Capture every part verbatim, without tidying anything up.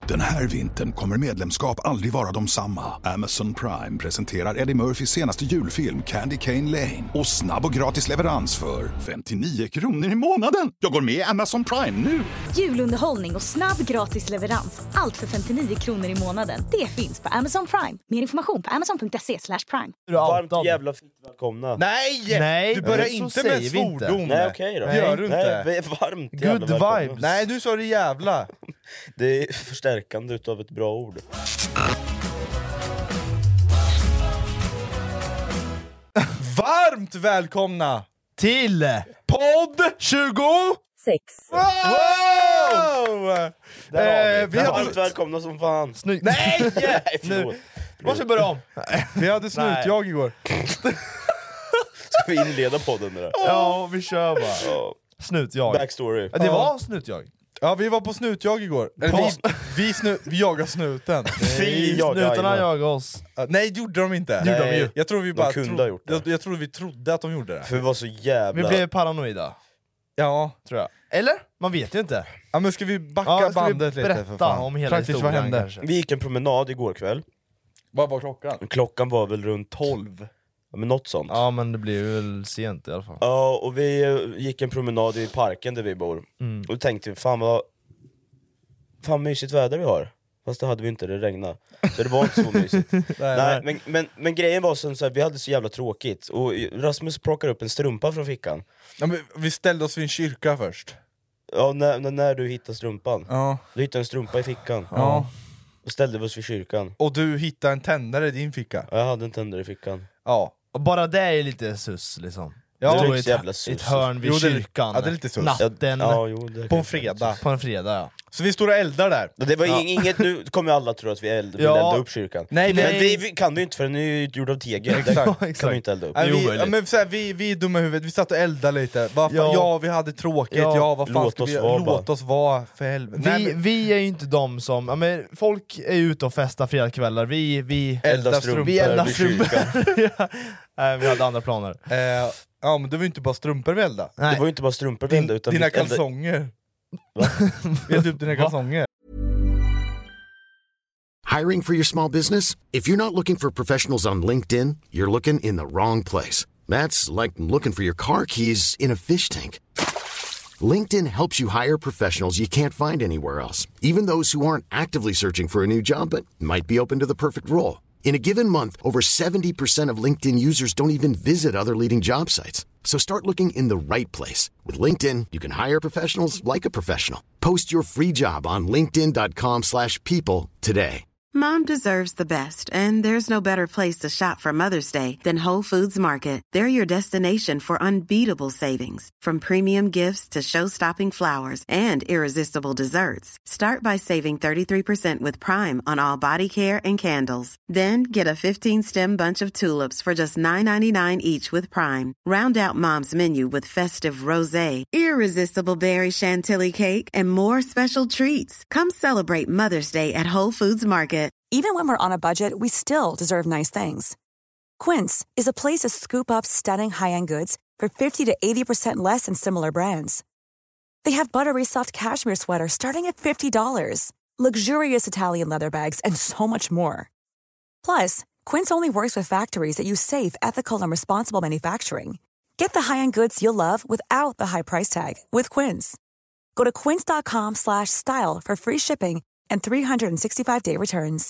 Den här vintern kommer medlemskap aldrig vara de samma. Amazon Prime presenterar Eddie Murphys senaste julfilm Candy Cane Lane. Och snabb och gratis leverans för femtionio kronor i månaden. Jag går med i Amazon Prime nu. Julunderhållning och snabb gratis leverans. Allt för femtionio kronor i månaden. Det finns på Amazon Prime. Mer information på amazon punkt se slash prime. Varmt jävla fitt välkomna. Nej! Nej, du börjar så inte säger med vi inte. svordom. Nej, okej då. Det gör du inte. Nej, varmt Good jävla välkomna. vibes. Nej, du sa det jävla. Det är förstärkande utav ett bra ord. Varmt välkomna Till podd tjugo Sex. Wow! Där har Eh, vi. vi hade- Varmt välkomna som fan. Snyggt. Nej! Nej, förlåt. Måste börja om. Vi hade snutjag igår. Ska vi inleda podden med det? Ja, vi kör bara. Ja. Snutjag. Backstory. Ja, det var snutjag. Ja, vi var på snutjag igår. Eller, vi, vi, snu, vi jagade snuten. Vi jagar Snutarna Aina. jagar oss. Uh, nej, det gjorde de inte. Det gjorde de Nej. ju. Jag tror vi De bara kunde tro- ha gjort det. Jag, jag tror vi trodde att de gjorde det. För vi var så jävla... Vi blev paranoida, Ja. tror jag. Eller? Man vet ju inte. Ja, men ska vi backa Ja, ska vi bandet lite för berätta fan? om hela Praktiskt, vad historien hände? kanske? Vi gick en promenad igår kväll. Vad var klockan? Klockan var väl runt tolv. Ja, men något sånt. Ja, men det blir väl sent i alla fall. Ja, och vi eh, gick en promenad i parken där vi bor. Mm. Och då tänkte vi, fan vad... Fan mysigt väder vi har. Fast det hade vi inte, det regnade. Så det var inte så mysigt. Nej, Nej, men, men, men grejen var som så här, vi hade så jävla tråkigt. Och Rasmus plockade upp en strumpa från fickan. Ja, men vi ställde oss vid en kyrka först. Ja, när, när, när du hittade strumpan. Ja. Du hittade en strumpa i fickan. Ja. Och ställde vi oss vid kyrkan. Och du hittade en tändare i din ficka. Ja, jag hade en tändare i fickan. Ja. Och bara det är lite sus liksom. Ja, Det det är står inte så i jävla ett, sus. ett hörn vid Jo, det är- kyrkan. ja, det är lite sus. Natten. Ja, jo, det På en fredag. På en fredag, ja. Så vi står och eldar där. Det var Ja. inget, nu kommer alla tro att vi eld, vill Ja. elda upp kyrkan. Nej, Men nej. det vi- kan vi inte för den är ju gjord av tegel. Exakt, Det kan exakt. vi inte elda upp. Nej, Det är vi, ja, omöjligt. men så här, vi, vi är dumma i huvudet, vi satt och eldade lite. Vad fan, ja. Ja. vi hade tråkigt, ja, Ja. vad fan Låt ska oss vi vara Låt bara. oss vara, för helvete. Vi, Nej, men, vi är ju inte de som, ja, men folk är ju ute och festar fredagskvällar, vi, vi, Elda eldar strumpor vi eldar vid strumpor. kyrkan. Ja. Nej, vi hade andra planer. eh, ja men det var ju inte bara strumpor vi eldade. Det Nej. var ju inte bara strumpor vi Din, eldade, utan dina vi eldade- kalsonger. Vi eldade upp dina kalsonger. Hiring for your small business? If you're not looking for professionals on LinkedIn, you're looking in the wrong place. That's like looking for your car keys in a fish tank. LinkedIn helps you hire professionals you can't find anywhere else, even those who aren't actively searching for a new job but might be open to the perfect role. In a given month, over seventy percent of LinkedIn users don't even visit other leading job sites. So start looking in the right place. With LinkedIn, you can hire professionals like a professional. Post your free job on linkedin dot com slash people today. Mom deserves the best, and there's no better place to shop for Mother's Day than Whole Foods Market. They're your destination for unbeatable savings, from premium gifts to show-stopping flowers and irresistible desserts. Start by saving thirty-three percent with Prime on all body care and candles. Then get a fifteen-stem bunch of tulips for just nine ninety-nine each with Prime. Round out Mom's menu with festive rosé, irresistible berry chantilly cake, and more special treats. Come celebrate Mother's Day at Whole Foods Market. Even when we're on a budget, we still deserve nice things. Quince is a place to scoop up stunning high-end goods for fifty to eighty percent less than similar brands. They have buttery soft cashmere sweaters starting at fifty dollars, luxurious Italian leather bags, and so much more. Plus, Quince only works with factories that use safe, ethical, and responsible manufacturing. Get the high-end goods you'll love without the high price tag with Quince. Go to quince dot com slash style for free shipping and three sixty-five day returns.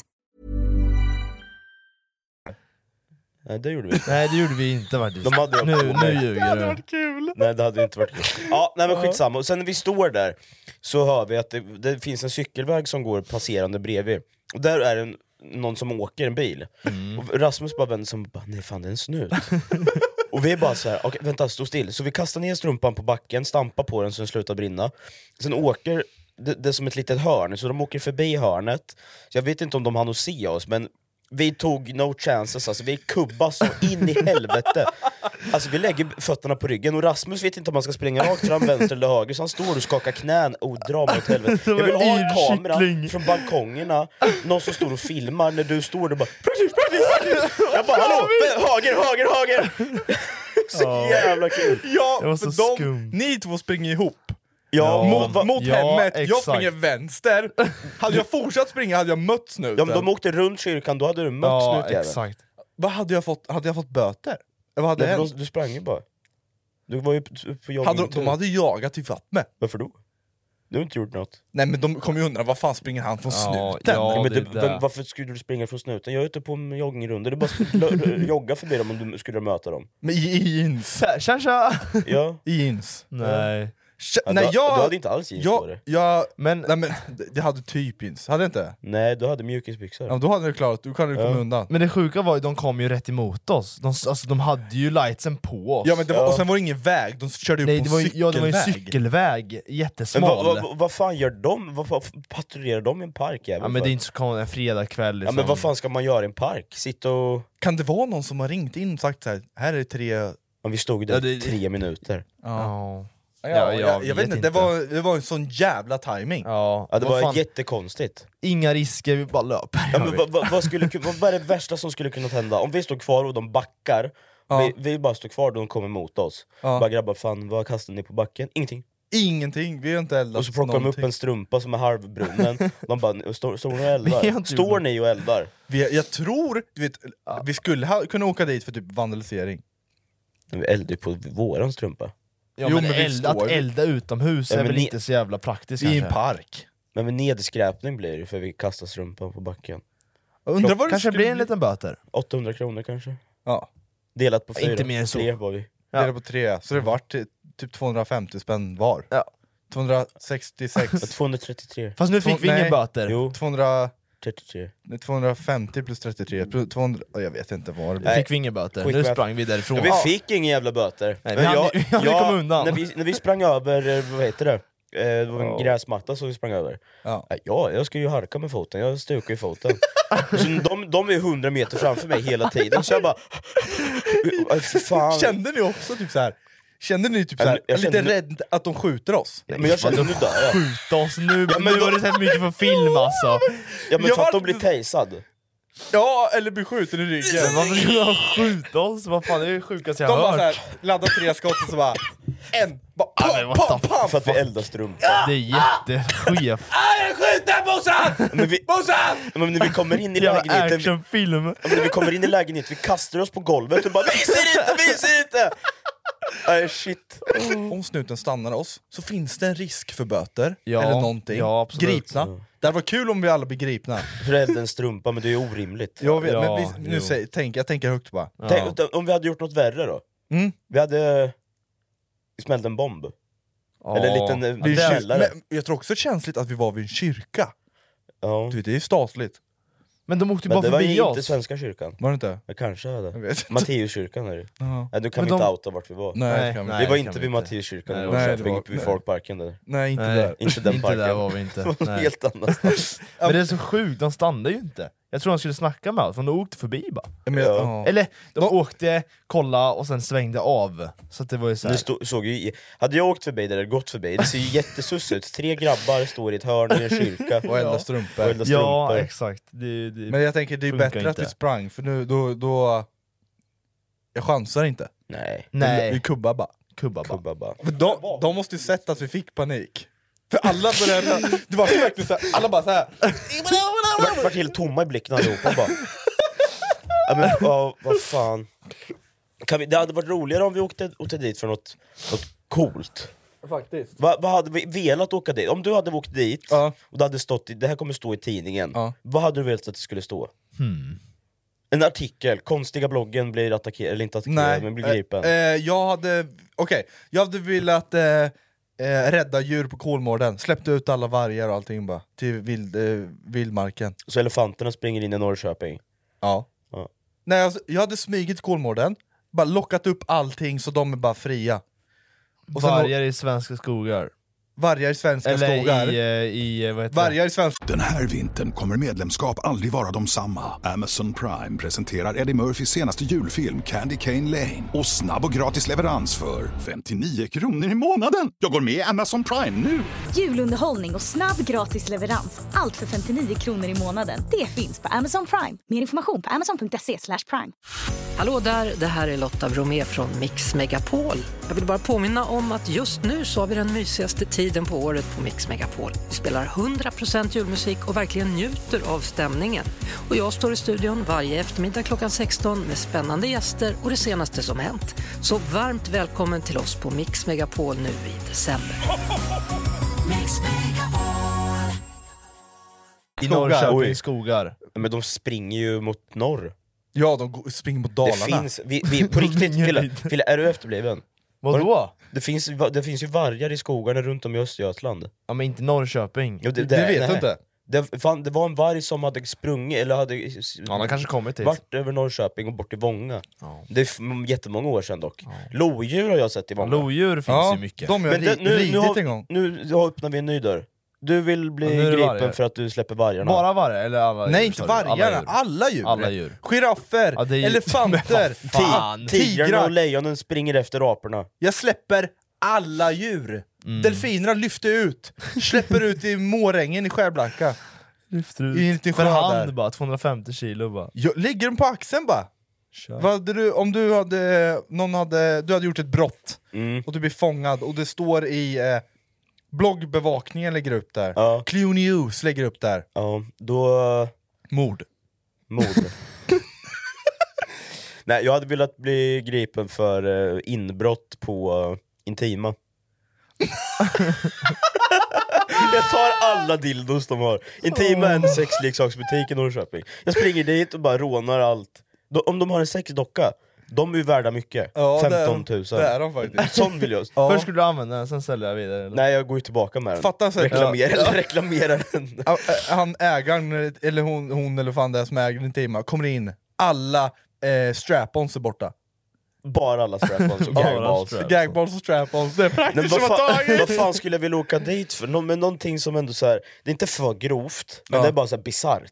Nej, det gjorde vi. Nej, det gjorde vi inte faktiskt. De hade ju nu, också- nu nej. ljuger du. Kul! Nej, det hade inte varit kul. Ja, nej men skitsamma. Och sen när vi står där så hör vi att det, det finns en cykelväg som går passerande bredvid. Och där är det en, någon som åker en bil. Mm. Och Rasmus bara vänder sig om och bara, nej fan det är en snut. Och vi är bara så här, okej vänta, stå still. Så vi kastar ner strumpan på backen, stampar på den så den slutar brinna. Sen åker det, det är som ett litet hörn, så de åker förbi hörnet. Så jag vet inte om de hann att se oss, men vi tog no chances, alltså vi kubbar så in i helvete. Alltså vi lägger fötterna på ryggen och Rasmus vet inte om man ska springa rakt fram, vänster eller höger, så han står och skakar knän och drar mig åt helvete. Jag vill ha en kamera från balkongerna, någon som står och filmar när du står och bara precis, precis, precis. Jag bara hallå, höger, höger, höger. Så jävla kul. Ja, Det var så för de, skumt. ni två springer ihop. Ja, mot, va, mot ja, hemmet, jag exakt. springer vänster. Hade jag fortsatt springa hade jag mött snuten. ja, men de åkte runt kyrkan, då hade du mött Ja, snutjäveln. exakt. Vad hade jag fått? Hade jag fått böter? Eller vad hade Nej, för hänt? de, du sprang ju bara. Du var ju på, på jogging. Hade de, de hade jagat i fatt med. Varför då? Du har inte gjort något. Nej men de kommer ju undra, vad fan springer han från Ja, snuten? ja. Ja, men det du, där. vem, varför skulle du springa från snuten? Jag är ute på en joggingrunda, du bara skulle jogga förbi dem om du skulle möta dem. Men i jeans. Tja, tja! Ja. I jeans. Nej. Tja, Ja, nej du, jag... du hade inte alls jeans på jag, dig. jag, Men nej men det- det hade typ jeans, hade det inte? Nej, du hade mjukisbyxor. Ja, men då hade du klarat, du kan ju komma Ja. undan. Men det sjuka var ju, de kom ju rätt emot oss. De, alltså, de hade ju lightsen på oss. Ja men det var, Ja. och sen var det ingen väg, de körde upp Nej, på det var ju, ja, det var ju en cykelväg. cykelväg, Men jättesmal. vad, vad, vad fan gör de? Vad, vad patrullerar de i en park jävel Ja men för? det är inte så konstigt, en fredagkväll Ja liksom. men vad fan ska man göra i en park? Sitta och... Kan det vara någon som har ringt in och sagt så här, här är det tre... Ja, Ja, vi stod där Ja, det- i tre minuter. Ja. ja, jag jag, vet jag vet inte, inte. det var, det var en sån jävla timing. Ja, Ja, det vad var fan, jättekonstigt. inga risker, vi bara löper. Ja, men vad, vad, vad, skulle, vad, vad är det värsta som skulle kunna hända? Om vi står kvar och de backar, Ja. vi, vi bara står kvar och de kommer mot oss. Ja. Bara grabbar, fan vad kastar ni på backen? Ingenting. Ingenting, vi har inte eldat Och så plockar de upp någonting. en strumpa som är halvbrunnen. De bara, står, står ni och Vi har eldar? inte Står gjort ni och eldar? vi, Jag tror, du vet, vi skulle ha, kunna åka dit för typ vandalisering. Men vi eldar ju på våran strumpa. Ja, Jo, men men vi eld, står att ju- elda utomhus Ja, är men väl ni- inte så jävla praktiskt I en kanske. park. Men med nedskräpning blir det för vi kastar strumpan på backen. Jag undrar vad det Kanske skulle blir en bli. liten böter. åttahundra kronor kanske. Ja, Delat på fyra. Inte mer än så. Tre var vi. Ja. delat på tre, så det vart ty- typ tvåhundrafemtio spänn var. Ja. tvåhundrasextiosex, tvåhundratrettiotre. Fast nu fick Två- vi ingen nej. böter. Jo, tvåhundra, trettiotre. nej, tvåhundrafemtio plus trettiotre, plus tvåhundra, ja, jag vet inte vad det Nu blir. fick vi ingen böter, Skit nu med- sprang vi därifrån. Ja, vi fick inga jävla böter. Nej, Men vi hann- jag- vi hann jag- komma undan. När vi, när vi sprang över, eh, vad heter det? Eh, Det var en Ja. gräsmatta som vi sprang över. Ja. Eh, Ja, jag ska ju harka med foten, jag stukar i foten. Så de, de är hundra meter framför mig hela tiden, så jag bara... Aj, för fan. Kände ni också typ så här? Kände ni typ Ja, så men här, jag lite kände- rädd att de skjuter oss? Ja, men jag kände, nu dör jag. Skjuta oss nu, Ja, men nu då- har du sett mycket på film alltså. Ja men Jag för att har- de blir tasad. Ja, eller blir skjuten i ryggen. Men varför skulle de skjuta oss? Vad fan, det är det sjukaste jag De bara har så hört. här, laddar tre skott och så bara en, bara Ja, men pam, what pam, the pam! För att vi eldar strumpa. Det är jätteskevt. Skjut Bossan! Men, vi, Bossan! men när vi kommer in i Jävla lägenheten, vi, actionfilm. ja, men när vi kommer in i lägenheten, vi kastar oss på golvet och bara vi ser inte, vi ser inte! Nej shit. Om snuten stannar oss så finns det en risk för böter, Ja, eller någonting. ja, absolut. Gripna. Det var kul om vi alla blir gripna. För att elda en strumpa, men det är ju orimligt. Jag vet, Ja, men vi, nu jo. säger, tänk, jag tänker högt bara. Ja. Tänk, om vi hade gjort något värre då? Mm. Vi hade smält en bomb. Eller en liten Det är eh, ju kyr- källare. men jag tror också det är känsligt att vi var vid en kyrka. Ja. Du vet, det är ju statligt. Men de åkte ju Men bara det var ju förbi inte oss. Svenska kyrkan. Var det inte? Jag kanske hade. Jag vet inte. Matteuskyrkan är det. Ja. Nej, nu kan Men vi inte de- outa vart vi var. Nej, Nej, det kan vi nej. vi var det inte kan vid vi inte. Matteukyrkan, Nej, i nej, det Norrköping, var- vid nej. folkparken där. Nej, inte Nej, där. Inte den inte parken. där var vi inte. Nej. Helt annanstans. Men det är så sjukt, de stannade ju inte. Jag tror de skulle snacka med oss, men de åkte förbi bara. Men jag, Ja. ja. Eller, de åkte, kolla och sen svängde av. Så att det var ju så här. Det stod, såg ju, hade jag åkt förbi där, eller gått förbi, det ser ju jättesuss ut. Tre grabbar står i ett hörn i en kyrka Och elda och strumpor. eldar Ja, strumpor. exakt. Det, det, Men jag tänker det är Funkar bättre att inte. vi sprang, för nu då... då jag chansar inte. Nej, Vi nej, kubbar bara. kubba bara. kubba bara. Men de, de måste ju sett att vi fick panik. För alla började... Det var verkligen såhär, alla bara såhär... Vi vart, vart helt tomma i blicken allihopa bara. Ja, men ja, vad fan. Kan vi, det hade varit roligare om vi åkte, åkte dit för något, något coolt. Faktiskt. Va, vad hade vi velat åka dit? Om du hade åkt dit, Ja. och det hade stått i, det här kommer stå i tidningen, Ja. vad hade du velat att det skulle stå? Hmm. En artikel, konstiga bloggen blir attackerad, eller inte attackerad, Nej, men blir gripen. eh, eh, jag hade... Okej, jag hade velat eh, eh, rädda djur på Kolmården. Släppte ut alla vargar och allting bara. Till vild, eh, vildmarken. Så elefanterna springer in i Norrköping. Ja. Ja. Nej, alltså, jag hade smugit till Kolmården, bara lockat upp allting så de är bara fria. Och sen Vargar i svenska skogar. vargar i svenska Eller skogar. i, eh, i, vad heter det? Vargar i svenska... Den här vintern kommer medlemskap aldrig vara de samma. Amazon Prime presenterar Eddie Murphys senaste julfilm Candy Cane Lane. Och snabb och gratis leverans för femtionio kronor i månaden. Jag går med i Amazon Prime nu! Julunderhållning och snabb gratis leverans. Allt för femtionio kronor i månaden. Det finns på Amazon Prime. Mer information på amazon punkt se slash prime. Hallå där, det här är Lotta Bromé från Mix Megapol. Jag vill bara påminna om att just nu så har vi den mysigaste tiden på året på Mix Megapol. Vi spelar hundra procent julmusik och verkligen njuter av stämningen. Och jag står i studion varje eftermiddag klockan sexton med spännande gäster och det senaste som hänt. Så varmt välkommen till oss på Mix Megapol nu i december. Mix Megapol. I Norrköping skogar. Men de springer ju mot norr. Ja, de går, springer mot Dalarna. Det finns, vi, vi, på riktigt, Fille, Fille, är du efterbliven? Vadå? Det finns, det finns ju vargar i skogarna runt om i Östergötland. Ja, men inte Norrköping. Jo, det, Det vet nej. du inte. Det, fan, det var en varg som hade sprungit, eller hade Ja, han kanske kommit hit. varit över Norrköping och bort till Vånga. Ja. Det är f- jättemånga år sedan dock. Lodjur har jag sett i Vånga. Lodjur finns Ja, ju mycket. de har Men det, ri- nu, nu, ridit har, en gång. nu öppnar vi en ny dörr. Du vill bli Ja, nu är det gripen vargar. för att du släpper vargarna. Bara vargar eller alla Nej, djur, inte sa du? vargarna, Alla alla djur. djur. Alla djur. Giraffer, Ja, det är ju- elefanter, Men vad fan. Tigrarna tigrar. och lejonen springer efter aporna. Jag släpper alla djur. Mm. Delfinerna lyfter ut, släpper ut i Mårängen i Skärblacka. Lyfter I en liten ut. För sjö hand där. bara, tvåhundrafemtio kilo bara. Jag lägger dem på axeln bara. Kör. Vad hade du, om du hade, någon hade, du hade gjort ett brott Mm. och du blir fångad och det står i eh, bloggbevakningen lägger upp där. Ja. Clue News lägger upp där. Ja, då... Mord. Mord. Nej, jag hade velat bli gripen för eh, inbrott på uh, Intima. Jag tar alla dildos de har. Intima är en sexleksaksbutik i Norrköping. Jag springer dit och bara rånar allt. Då, om de har en sexdocka, de är ju värda mycket. Ja, det är de. femton tusen. Det är de faktiskt. Sån vill jag. Ja. Först skulle du använda den, sen sälja jag vidare eller? Nej, jag går ju tillbaka med den. Fattar så här- Reklamera, Ja. reklamera den. Ja, äh, Han ägaren, eller hon, hon eller fan det är som äger Intima, kommer in, alla eh, strap-ons är borta. Bara alla strap-ons och Bara gagballs. strap- Gagballs och strap-ons, det är Men praktiskt vad som att fan, tagit! vad fan skulle jag vilja åka dit för? Nå, men någonting som ändå så här, det är inte för grovt, men Ja. det är bara så här bisarrt.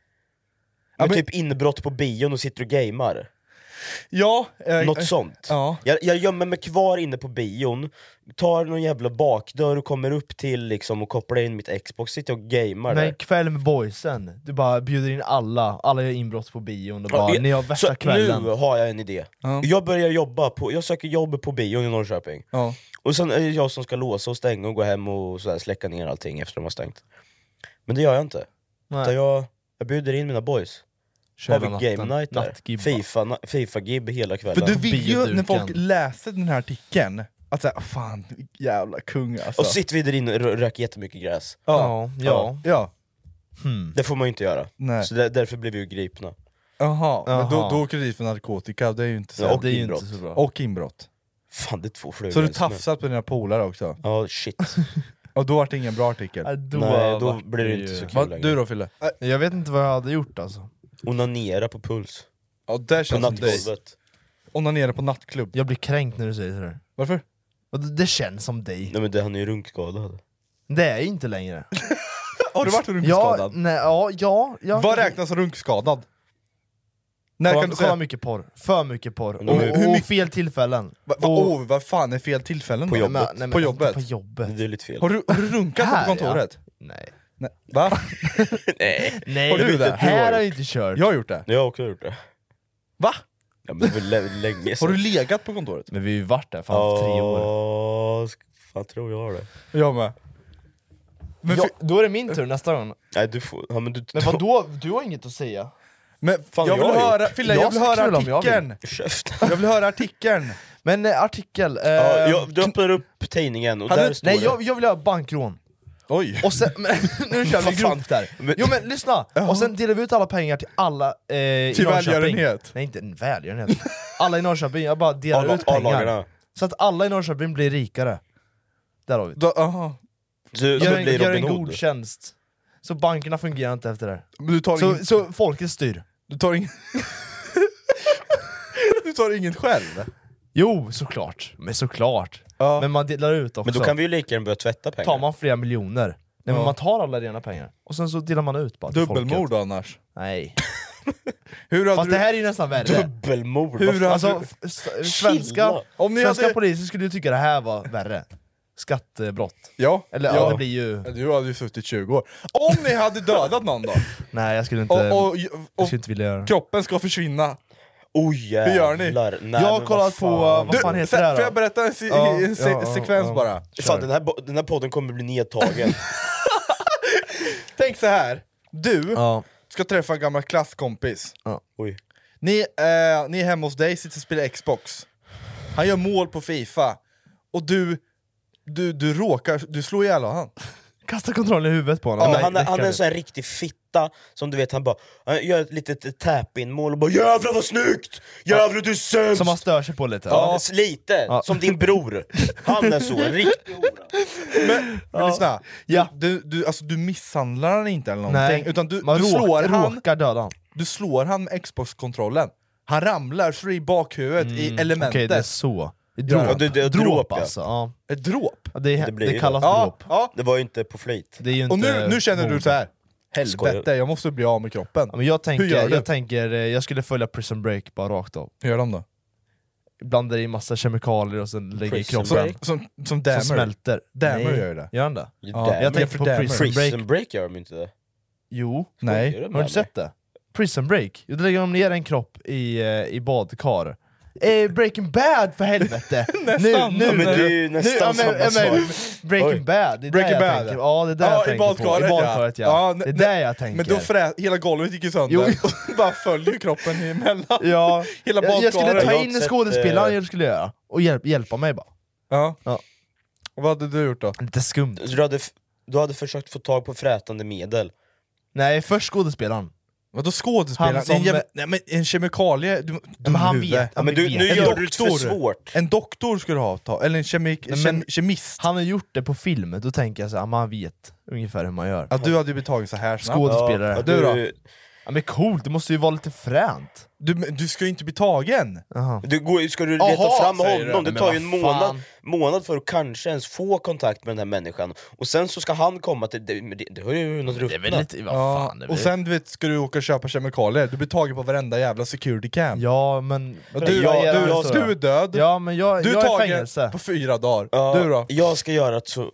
Ja, Men men- typ inbrott på bion och sitter och gamer. Ja, eh, Något sånt. Ja. Jag, jag gömmer mig kvar inne på bion, tar någon jävla bakdörr och kommer upp till liksom och kopplar in mitt Xbox, sitter och gamer Men där. kväll med boysen, du bara bjuder in alla, alla gör inbrott på bion och Ja, bara, jag- ni har värsta så kvällen. nu har jag en idé. Ja. Jag börjar jobba på, jag söker jobb på bion i Norrköping. Ja. Och sen är det jag som ska låsa och stänga och gå hem och så här släcka ner allting efter de har stängt. Men det gör jag inte. Nej. Utan jag, jag bjuder in mina boys. Kör Har vi hela game natten. night där? Nattgibba. FIFA, na- FIFA-gib hela För kvällen. du vill ju, när Bioduken. folk läser den här artikeln, att säga, fan, jävla kung alltså. Och sitter vi där inne och rö- röker jättemycket gräs. Ja, ja. Ja, Hmm. Det får man ju inte göra. nej. Så där, därför blev vi ju gripna. Jaha, men då, Jaha. då åker du dit för narkotika, det är ju inte så. Ja, Det är ju inbrott. inte så bra. Och inbrott. Fan, det är två flugor. Så du i en smäll. tafsat på dina polare också. Ja, shit. Och då var det ingen bra artikel. Ja, då Nej, då vart blir det ju- inte så kul Vad, längre. du då Fille? Jag vet inte vad jag hade gjort alltså. Onanera på puls. Ja, där På känns som dig. nattgolvet. Onanera på nattklubb. Jag blir kränkt när du säger sådär. Varför? Och det, det känns som dig. Nej men det, han är ju runkskadad. Det är jag inte längre. Har du varit Ja, runkskadad? nej, ja, ja, ja. Vad räknas som runkskadad? När Kolla, kan du kolla säga? mycket porr, för mycket porr. Men Och, hur och, mycket- fel tillfällen. Va, va, Och- oh, vad fan är fel tillfällen På då? jobbet. Men- nej, men På inte jobbet? På jobbet. Det är lite fel. Har du, har du runkat Här, på kontoret? Nej. Nej. Va? Nej, Nej, Har du det? här har jag inte kört. Jag har gjort det. jag har också gjort det. Va? Ja, men det var lä- länge Har sedan. du legat på kontoret? Men vi har ju varit där fan för tre år. Ja, sk- fan tror jag har det. Jag med. Men, Ja, för, då är det min tur nästa gång. Nej du får, ja, men du... Men vadå? Du har inget att säga. men Fan, jag vill jag har höra, gjort. Fille, Jag jag vill ska höra knulla om jag vill. artikeln! Käften. Jag vill höra artikeln! Men eh, artikel... Eh, Ja, jag, du öppnar upp tidningen och Hade- där står nej, det... jag, jag vill ha bankrån. Oj! Och sen, men, nu kör vi Vad fan? grovt där. Men- Jo men lyssna! Och sen delar vi ut alla pengar till alla eh, i Till Norrköping. välgörenhet. Nej inte en välgörenhet. Alla i Norrköping, jag bara delar Alla- ut pengar. A-lagarna. Så att alla i Norrköping blir rikare. Där har vi det. Då, aha. Du Gör ska en, bli gör en Robin god Hood. tjänst. Så bankerna fungerar inte efter det. Men du tar Så, ingen... så folket styr. Du tar ingen... du tar inget själv? Jo, såklart. Men såklart. Ja. Men man delar ut också. Men då kan vi ju lika gärna börja tvätta pengar. Tar man flera miljoner. Nej men Ja. man tar alla rena pengar. Och sen så delar man ut bara till Dubbelmord folket. då annars? Nej. Hur hade Fast du... det här är ju nästan värre. Dubbelmord? Hur vad fan? hade Alltså, du... f- s- svenska, Om ni svenska hade... poliser skulle ju tycka det här var värre. Skattebrott. Ja, Eller ja, ja. det blir ju... Du hade ju suttit tjugo år. Om ni hade dödat någon då? Nej jag skulle inte, Och, och, jag och skulle inte vilja göra. kroppen ska försvinna. Oh jävlar. Hur gör ni? Nej, Jag har kollat på, vad Du, fan heter se, det här får då? jag berätta en, se, Ja, en se, ja, ja, sekvens ja. bara? Fan, den, här, bo- den här podden kommer bli nedtagen. Tänk så här. Du Ja. ska träffa en gammal klasskompis. Oj. Ni, eh, ni är hemma hos dig, sitter och spelar Xbox. Han gör mål på FIFA. Och du, du, du råkar, du slår ihjäl han. Kasta kontrollen i huvudet på honom. Ja, Nej, men han, är, det han är kan en sån här riktig fitta, som du vet, han bara han gör ett litet tap-in-mål och bara 'Jävlar vad snyggt! Jävlar du är sämst!' Som man stör sig på lite. Ja, lite, Ja. som din bror. Han är så, en riktig hora. Men, men lyssna, Ja. du, du, alltså, du misshandlar han inte eller någonting, Nej, utan du, man du, råk, slår han, råkar döda han. du slår han med Xbox-kontrollen. Han ramlar, slår i bakhuvudet i elementet. Okej, det är så. Det är Ja, dråp, det- det är dråp, dråp, ja. alltså. Ja. Ett dråp. Ja, det, Det det, blir ju kallas Ja, dråp. ja. Det var ju inte på flit. Det är ju inte Och nu, nu känner du mord. så här. Helvete, Skojar. jag måste bli av med kroppen. Ja, men jag tänker, Hur gör du? jag tänker, eh, jag skulle följa Prison Break bara rakt av. Hur gör de då? Blandar i massa kemikalier och sen lägger i Prison kroppen. Break? Som, som Som Dammer. smälter. Dammer Nej. gör ju det. Gör han det? Ja, Jag tänkte på Dammer. Prison Break. Prison Break gör de inte det. Jo, Nej. Skojar har du med inte sett det? Prison Break, då lägger de ner en kropp i, eh, i badkar. Eh, Breaking Bad för helvete! Nästan. Nu, Ja, nu, men det är nu, ju nästan nu, ja, men, samma ja, men, sak. Breaking Oj. Bad, det är Breaking där jag Bad. tänker. Ja, det är där Ja, jag i tänker på. badkaret, I badkaret, ja. ja. Ja, Det är ne- där jag tänker. Men då frä, hela golvet gick ju sönder, Jo. och bara följer ju kroppen emellan. Ja, Hela jag, jag skulle badkaret. ta Jag har in en sett, skådespelare, eh, jag skulle göra. Och hjälp, hjälpa mig bara. Ja. Ja. Och vad hade du gjort då? Lite skumt. Så du hade, f- du hade försökt få tag på frätande medel. Nej, först skådespelaren. Vadå skådespelare? Han som- En, jävla- nej, men en kemikalie... Du, Men han huvud. vet. Ja, men du, vet. nu En gör du det för doktor. svårt. En doktor skulle du ha, ta. Eller en kemik, Nej, men- kem, kemist. Han har gjort det på film, då tänker jag så här, man vet ungefär hur man gör. Att du hade ju blivit tagen så här snabbt. Skådespelare. Ja, Du då? du, Ja, men coolt, det måste ju vara lite fränt. Du, men du ska ju inte bli tagen. Jaha. du går, ska du leta Aha, fram säger honom, du. det Men tar ju en vad månad, fan. månad för att kanske ens få kontakt med den här människan. Och sen så ska han komma till... Det, men det, det har ju något Det är väl ruttna. lite, vad Ja, fan, det är och väl- sen du vet, ska du åka och köpa kemikalier. Du blir tagen på varenda jävla security cam. Ja, men... Och du, jag, du, jag, du, du är död. Ja, men jag, Du jag är är i tagen fängelse. på fyra dagar. Ja, Du då? Jag ska göra ett så...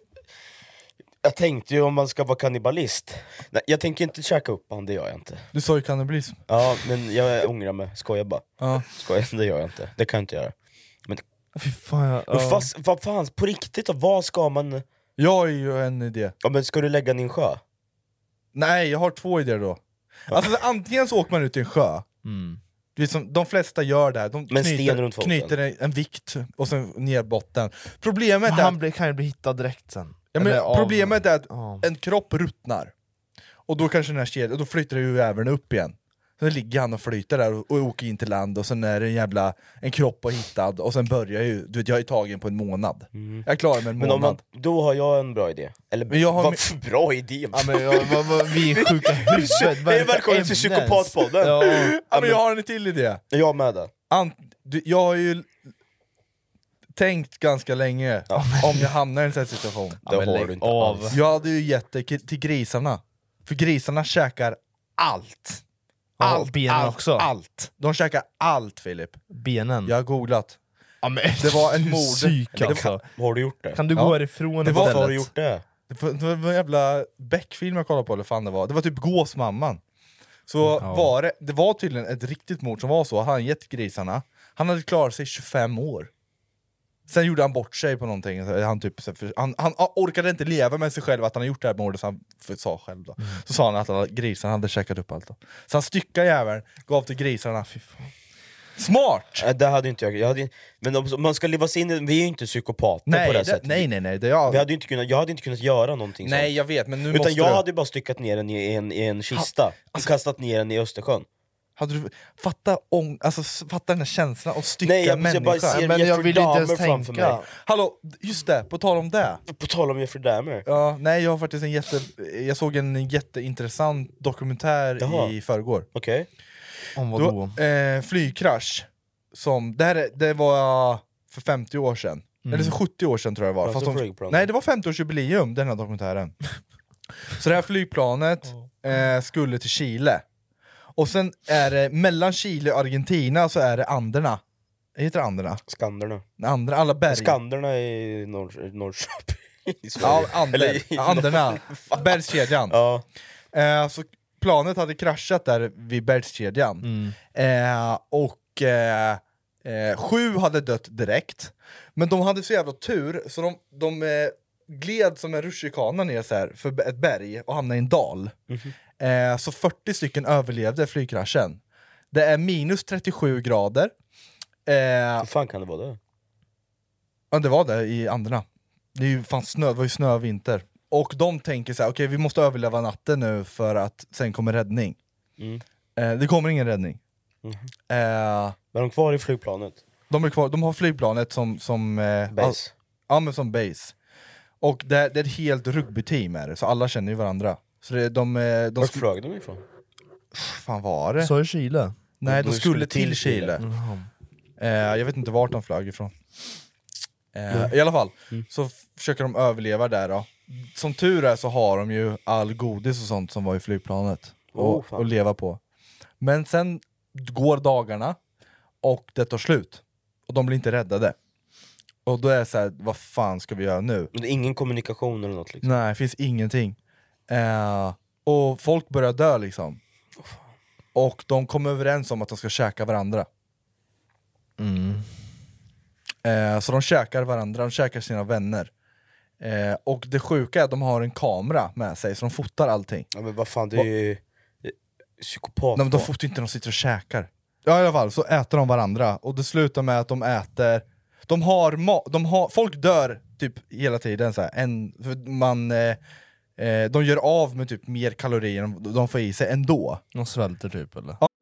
Jag tänkte ju om man ska vara kannibalist. Nej, jag tänker inte käka upp han, det gör jag inte. Du sa ju kannibalism. Ja, men jag ångrar mig, skojar bara. Ja. Skojar, det gör jag inte. Det kan jag inte göra. Men Fy fan, jag, och ja. fast, vad fan, på riktigt då, vad ska man... Jag har ju en idé. Ja, men ska du lägga den i en sjö? Nej, jag har två idéer då. Alltså antingen så åker man ut i en sjö. Mm. Det är som, de flesta gör det här. De Med sten knyter, runt foten. knyter en, en vikt och sen ner botten. Problemet Men är, han att, blir, kan ju bli hittad direkt sen. ja, men Eller av- problemet är att Ja. en kropp ruttnar. Och då kanske den här kedjan, och då flyttar ju även upp igen. Sen ligger han och flyter där och, och åker in till land, och sen är det en jävla en kropp och hittad, och sen börjar ju, du vet, jag är tagen på en månad. Jag är klar med en Men om månad. man, då har jag en bra idé. Eller Men jag har vad mi- för bra idé? Ja, men jag, vad, vad, vi är sjuka i huvudet. Vad är Hej, det för välkommen till ämne ens? Psykopatpodden. Ja. Ja, men jag har en till idé. Jag med det. Ant, du, jag har ju tänkt ganska länge om jag hamnar i en sån här situation. Det men har lägg du inte av. alls. Jag hade ju gett det ki- till grisarna. För grisarna käkar allt. Ja, Allt, benen allt, också. allt. De käkar allt, Filip. Benen. Jag har googlat. Ja, men, Det var en du är mord. psyk, Det var- alltså. Har du gjort det? Kan du Ja. gå härifrån Det var- istället? Varför har du gjort det? Det var, det var en jävla Beck-film jag kollade på, eller fan det var. Det var typ Gåsmamman. Så Ja. var det, det var tydligen ett riktigt mord som var så. Han gett grisarna. Han hade klarat sig i tjugofem år. Sen gjorde han bort sig på någonting. Han, typ, han, han orkade inte leva med sig själv att han hade gjort det här mordet, så han för, sa själv då. Mm. Så sa han att alla grisarna hade käkat upp allt då. Så han styckade jäveln, gav till grisarna. Fy fan. Smart! Äh, det hade inte jag, jag hade, men om man ska leva sig in i, vi är ju inte psykopater Nej, på det, det, sättet. nej, nej, nej. Det jag, Vi hade ju inte kunnat, jag hade inte kunnat göra någonting nej, sånt. jag vet, men nu Utan måste jag du... hade bara styckat ner den i en, i en kista och kastat ner den i Östersjön. Hade du, fatta, ång, alltså, s- fatta den här känslan att stycka Nej, jag, människa. jag bara ser Men jag Jeffrey vill inte ens Dahmer framför tänka. mig. Hallå, just det, på tal om det. På tal om Jeffrey Dahmer. Ja, nej, jag har faktiskt en jätte... Jag såg en jätteintressant dokumentär Jaha. i förrgår. Okej. Om Det vad var, då? eh, flygkrasch. Som, det, här, är- det var för femtio år sedan. Eller så sjuttio år sedan tror jag det var. Vad Fast för de, flygplan? nej, det var femtioårsjubileum, den här dokumentären. Så det här flygplanet eh, skulle till Chile. Och sen är det, mellan Chile och Argentina så är det Anderna. Heter det Anderna? Skanderna. Andra, alla berg. Skanderna i Norr, Norrköping. I Ja, Sverige. Ander, Eller i- Anderna. Bergskedjan. Ja. Eh, så planet hade kraschat där vid bergskedjan. Mm. Eh, och och eh, eh, sju hade dött direkt. Men de hade så jävla tur så de, de eh, gled som en rutschkana ner så här för ett berg och hamnade i en dal. Mm-hmm. Eh, så fyrtio stycken överlevde flygkraschen. Det är minus trettiosju grader. Eh, Hur fan kan det vara det? Ja, det var det i andra. Det är ju fan snö, det var ju snö och vinter. Och de tänker så här: okej, okay, vi måste överleva natten nu för att sen kommer räddning. Mm. Eh, det kommer ingen räddning. Mm. Eh, Var de kvar i flygplanet? De är kvar, de har flygplanet som... som eh, base? All, ja, men som base. Och det, det är ett helt rugbyteam är det, så alla känner ju varandra. Så det, de, de, de Var flög de ifrån? Fan var det? Så i Chile? Nej, de, de skulle, skulle till, till Chile. Chile. Mm. Eh, jag vet inte vart de flög ifrån. Eh, mm. I alla fall, mm. så f- försöker de överleva där då. Som tur är så har de ju all godis och sånt som var i flygplanet och, oh, och leva på. Men sen går dagarna och det tar slut. Och de blir inte räddade. Och då är det så här: vad fan ska vi göra nu? Det är ingen kommunikation eller något liksom. Nej, det finns ingenting. Eh, och folk börjar dö liksom. Och de kommer överens om att de ska käka varandra. Mm. Eh, så de käkar varandra, de käkar sina vänner. Eh, och det sjuka är att de har en kamera med sig, så de fotar allting. Ja, men vad fan, det är ju psykopat. Nej, men de fotar inte, de sitter och käkar. Ja, i alla fall, så äter de varandra. Och det slutar med att de äter... De har, ma- de har folk dör typ hela tiden så här. En, man, eh, eh, de gör av med typ mer kalorier än de får i sig ändå. De svälter typ eller? Ja.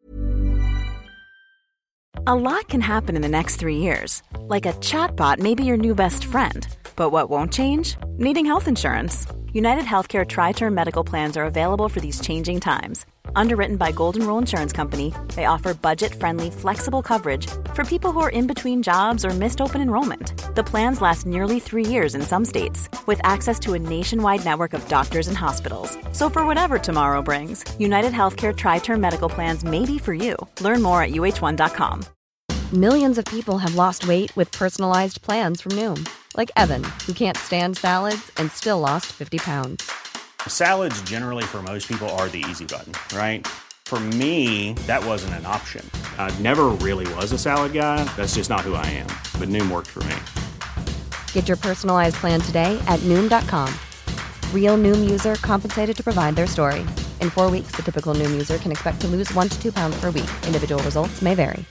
A lot can happen in the next three years. Like a chatbot may be your new best friend. But what won't change? Needing health insurance. United Healthcare Tri-Term Medical Plans are available for these changing times. Underwritten by Golden Rule Insurance Company, they offer budget-friendly, flexible coverage for people who are in between jobs or missed open enrollment. The plans last nearly three years in some states, with access to a nationwide network of doctors and hospitals. So for whatever tomorrow brings, United Healthcare Tri-Term Medical Plans may be for you. Learn more at U H one dot com. Millions of people have lost weight with personalized plans from Noom. Like Evan, who can't stand salads and still lost fifty pounds. Salads generally for most people are the easy button, right? For me, that wasn't an option. I never really was a salad guy. That's just not who I am. But Noom worked for me. Get your personalized plan today at Noom dot com. Real Noom user compensated to provide their story. In four weeks, the typical Noom user can expect to lose one to two pounds per week. Individual results may vary.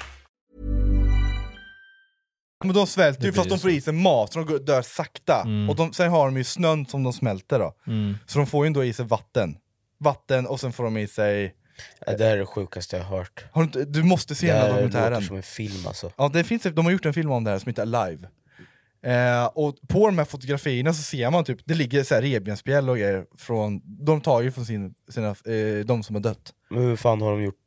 Men de svälter ju fast de får i sig mat, så de dör sakta. Mm. Och de, sen har de ju snön som de smälter då. Mm. Så de får ju ändå i sig vatten. Vatten och sen får de i sig... Ja, det är det sjukaste jag har hört. Har du, du måste se den här dokumentären. Det låter som en film alltså. Ja, det finns, de har gjort en film om det här som heter Alive. Eh, och på de här fotografierna så ser man typ, det ligger så här revbensspjäll och grejer från, de tar ju från sin, sina, eh, de som har dött. Men hur fan har de gjort?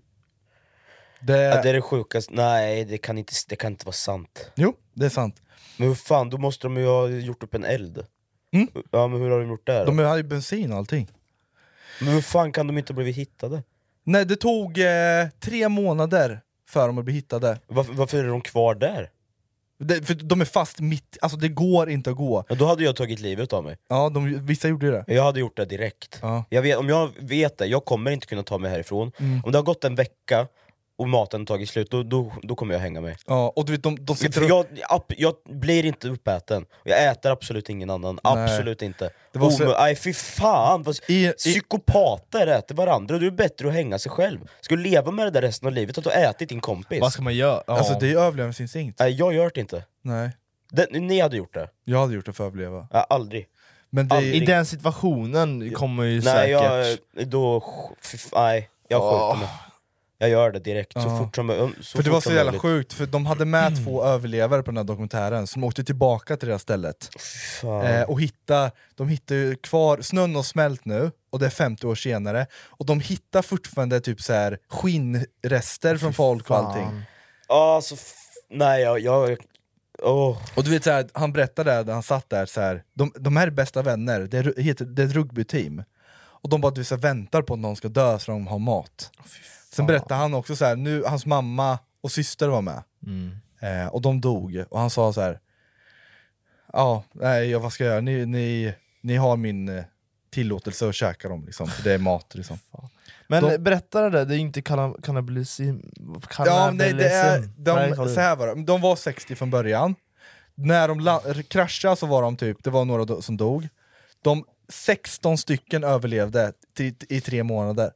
Det... Ja, det är det sjukaste. Nej, det kan, inte, det kan inte vara sant. Jo, det är sant. Men hur fan, då måste de ju ha gjort upp en eld. Mm. Ja, men hur har de gjort det? De har ju bensin och allting. Men hur fan kan de inte bli hittade? Nej, det tog eh, tre månader för dem att bli hittade. Varför, varför är de kvar där? Det, för de är fast mitt, alltså det går inte att gå. Ja, då hade jag tagit livet av mig. Ja, de, vissa gjorde ju det. Jag hade gjort det direkt. Ja. Jag vet, om jag vet det, jag kommer inte kunna ta mig härifrån. Mm. Om det har gått en vecka och maten tagit slut, då, då, då kommer jag hänga mig. Ja, och du vet, de, de sitter och... jag, jag, jag blir inte uppäten. Jag äter absolut ingen annan. Nej. Absolut inte. Det var så... Nej fy fan, vad... I, psykopater i... äter varandra. Och det är bättre att hänga sig själv. Ska du leva med det där resten av livet och du har ätit din kompis? Vad ska man göra? Ja. Alltså det är överlevnadsinstinkt. Nej, jag gör det inte. Nej. Det, ni hade gjort det. Jag hade gjort det för att överleva. Ja, aldrig. Men det... I den situationen kommer ju nej, säkert... Jag, då... F- nej, jag skjuter oh. mig. Jag gör det direkt, så ja. fort som så För det var så jävla möjligt. Sjukt, för de hade med mm. två överlevare på den här dokumentären som åkte tillbaka till det här stället. Eh, och hitta, de hittar ju kvar, snön har smält nu, och det är femtio år senare. Och de hittar fortfarande typ så här skinnrester från folk och allting. Ja, alltså, f- nej jag... jag oh. Och du vet så här, han berättade där han satt där så här, de, de här är bästa vänner, det är, heter, det är ett rugbyteam. Och de bara du, så här, väntar på att någon ska dö så de har mat. Sen berättade han också så här, nu hans mamma och syster var med. Mm. Eh, och de dog. Och han sa så här: ja, nej, vad ska jag göra? Ni, ni, ni har min eh, tillåtelse att käka dem liksom, för det är mat liksom. Men De- berätta det, det är inte kanna- kannibalism. Ja, nej, det är, de, Nej, vad så här var det. De var sextio från början. När de la- kraschade så var de typ, det var några do- som dog. De sexton stycken överlevde t- i tre månader.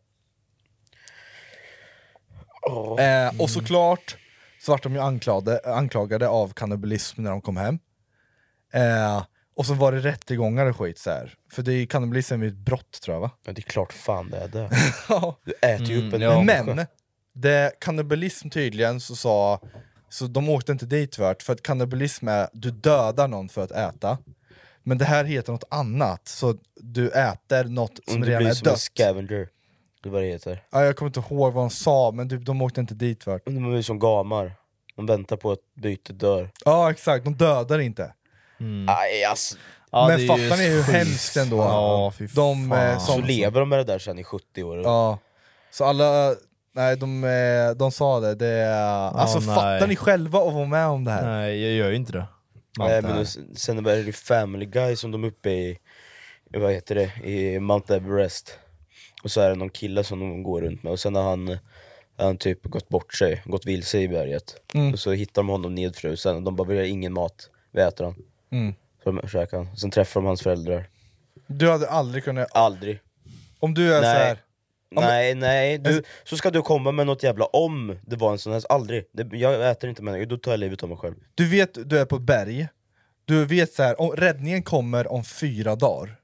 Oh. Eh, och såklart så vart de ju anklagade, anklagade av kannibalism när de kom hem. Eh, och så var det rättegångar och skit så här. För det är kannibalism är ett brott tror jag va? Ja, det är klart fan det är det. Ja. Du äter ju upp en ja. människa. Men det kannibalism tydligen så sa, så de åkte inte dit värt, för att kannibalism är du dödar någon för att äta. Men det här heter något annat, så du äter något som Om det redan blir är som en dött. scavenger. Det är vad det heter. Ja, jag kommer inte ihåg vad de sa, men typ, de åkte inte dit värt. De är ju som gamar. De väntar på att bytet dör. Ja exakt, de dödar inte. Aj, alltså. Ja, Men det är fattar ni hur sjukt. hemskt ändå? Ja, fy De, fan. eh, Så som, lever de med det där sen i sjuttio år. Ja. Så alla, nej de, eh, de sa det, det är, alltså nej. fattar ni själva att vara med om det här? Nej, jag gör ju inte det. Nej, men nu, sen är det Family Guy som de är uppe i, vad heter det, i Mount Everest. Och så är det någon kille som de går runt med, och sen har han, har han typ gått bort sig, gått vilse i berget. Mm. Och så hittar de honom nedfrusen, och de bara, vi har ingen mat, vi äter han. Mm. Så de käkar han. Sen träffar de hans föräldrar. Du hade aldrig kunnat, Aldrig. om du är Nej. så här. Nej, nej, du, så ska du komma med något jävla om det var en sån här, aldrig. Det, jag äter inte människor, då tar jag livet av mig själv. Du vet, du är på ett berg. Du vet så här, om räddningen kommer om fyra dagar.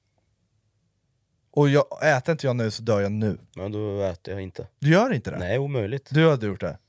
Och jag, äter inte jag nu så dör jag nu. Men då äter jag inte. Du gör inte det? Nej, omöjligt. Du hade gjort det?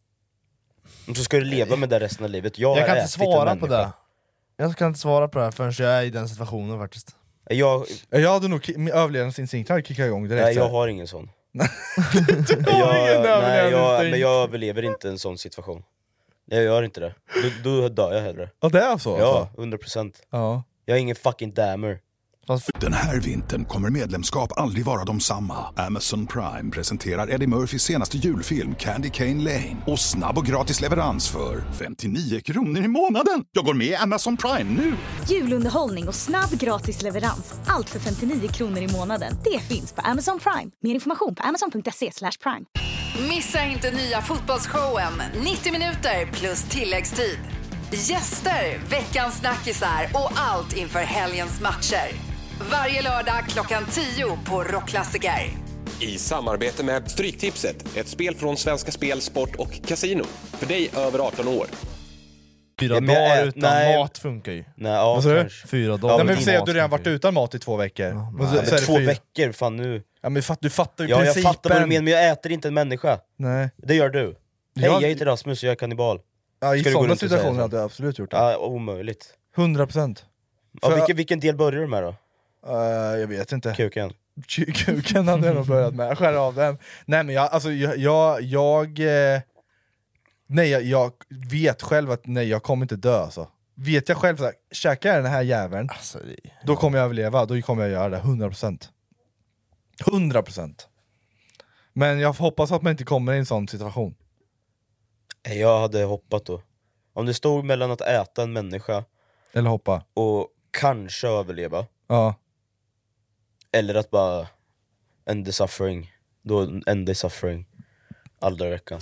Och så ska du leva med det resten av livet. Jag, Jag har kan inte ätit en svara på människa. det. Jag kan inte svara på det här förrän jag är i den situationen faktiskt. Jag, Jag hade nog, ki- min överlevnadsinstinkt hade kickat igång direkt. nej, så jag här. har ingen sån. har jag, ingen nej, jag, överlevnadsinstinkt. men jag överlever inte en sån situation. Jag gör inte det. Då, då dör jag hellre. Ja det är så? Ja, alltså. hundra procent. Ja. Jag är ingen fucking dammer. Den här vintern kommer medlemskap aldrig vara de samma. Amazon Prime presenterar Eddie Murphys senaste julfilm Candy Cane Lane. Och snabb och gratis leverans för femtionio kronor i månaden. Jag går med i Amazon Prime nu! Julunderhållning och snabb gratis leverans. Allt för femtionio kronor i månaden. Det finns på Amazon Prime. Mer information på amazon punkt se slash prime. Missa inte nya fotbollsshowen nittio minuter plus tilläggstid. Gäster, veckans snackisar och allt inför helgens matcher. Varje lördag klockan tio på Rockklassiker. I samarbete med Stryktipset, ett spel från Svenska Spel, Sport och Casino. För dig över arton år. Fyra Ja, men jag dagar ät- utan nej. mat funkar ju. Nej, ja, Vad sa du? kanske. Fyra Ja, dagar Nej, men utan vi säger att mat du redan funkar varit utan mat i två veckor. Ja, Och så, Men så är det två fyra. veckor, fan nu. Ja men fatt, du fattar ju Ja, jag principen. fattar vad du menar, men jag äter inte en människa. Nej. Det gör du. Hej, Jag- jag heter Rasmus och jag är kannibal. Ja, i Ska du gå sådana runt och säga situationer så? hade jag absolut gjort det. Ja, omöjligt. hundra procent. Ja, För- vilken, vilken del börjar du med då? Uh, jag vet inte. Kuken? Kuken hade jag nog börjat med, skär av den. Nej men jag, alltså jag, jag, jag eh, nej jag, jag vet själv att nej jag kommer inte dö alltså. Vet jag själv såhär, käkar jag den här jäveln, Alltså, det- då kommer jag överleva, då kommer jag göra det, hundra procent. hundra procent. Men jag hoppas att man inte kommer i en sån situation. Nej, jag hade hoppat då. Om det stod mellan att äta en människa Eller hoppa. och kanske överleva, Ja. eller att bara end the suffering, då end the suffering all dagar i veckan.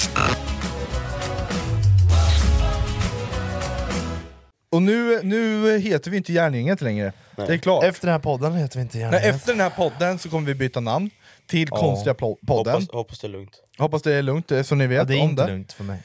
Och nu, nu heter vi inte Järngänget längre. Nej. Det är klart. Efter den här podden heter vi inte gärna. Nej, efter den här podden så kommer vi byta namn till Ja. Konstiga plo- podden. Hoppas, hoppas det är lugnt. Hoppas det är lugnt, det är så ni vet Ja, det är om inte det. lugnt för mig.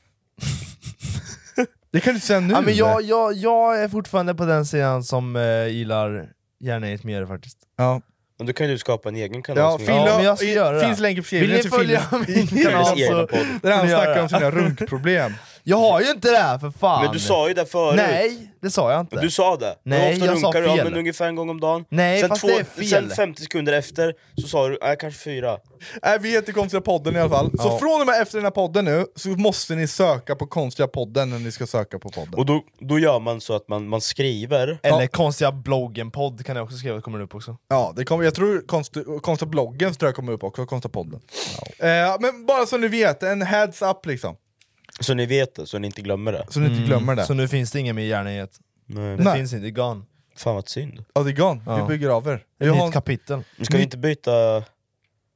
Det kan du säga nu. Ja, men jag, jag, jag är fortfarande på den sidan som eh, gillar Järngänget mer faktiskt. Ja. Men då kan ju du skapa en egen kanal. Ja, som Fille, Ja, men jag ska i- göra det. finns länk i Vill ni beskrivningen till följa Filles- min kanal Filles egna så... podd. där han får ni snackar göra. om sina runkproblem. Jag har ju inte det här för fan! Men du sa ju det förut! Nej, det sa jag inte. Du sa det! Nej, Hur ofta jag sa runkar du? Ja, fel. men ungefär en gång om dagen. Nej, sen, fast två, det är fel. sen femtio sekunder efter så sa du, äh, kanske fyra. Nej, vi heter Konstiga podden i alla fall. Så Ja. från och med efter den här podden nu så måste ni söka på Konstiga podden när ni ska söka på podden. Och då, då gör man så att man, man skriver. Eller Ja. konstiga bloggen-podd kan jag också skriva, kommer upp också. Ja, det kommer, jag tror konst, Konstiga bloggen tror jag kommer upp också, Konstiga podden. Eh, men bara så ni vet, en heads up liksom. Så ni vet det, så ni inte glömmer det. Så ni inte glömmer det. Så nu finns det ingen mer Järngänget. Nej. Det Nej. finns inte, det är gone. Fan vad synd. Ja, det är gone. Vi Ja. bygger av er. Ett Jag har nytt en- kapitel. Nu ska vi inte byta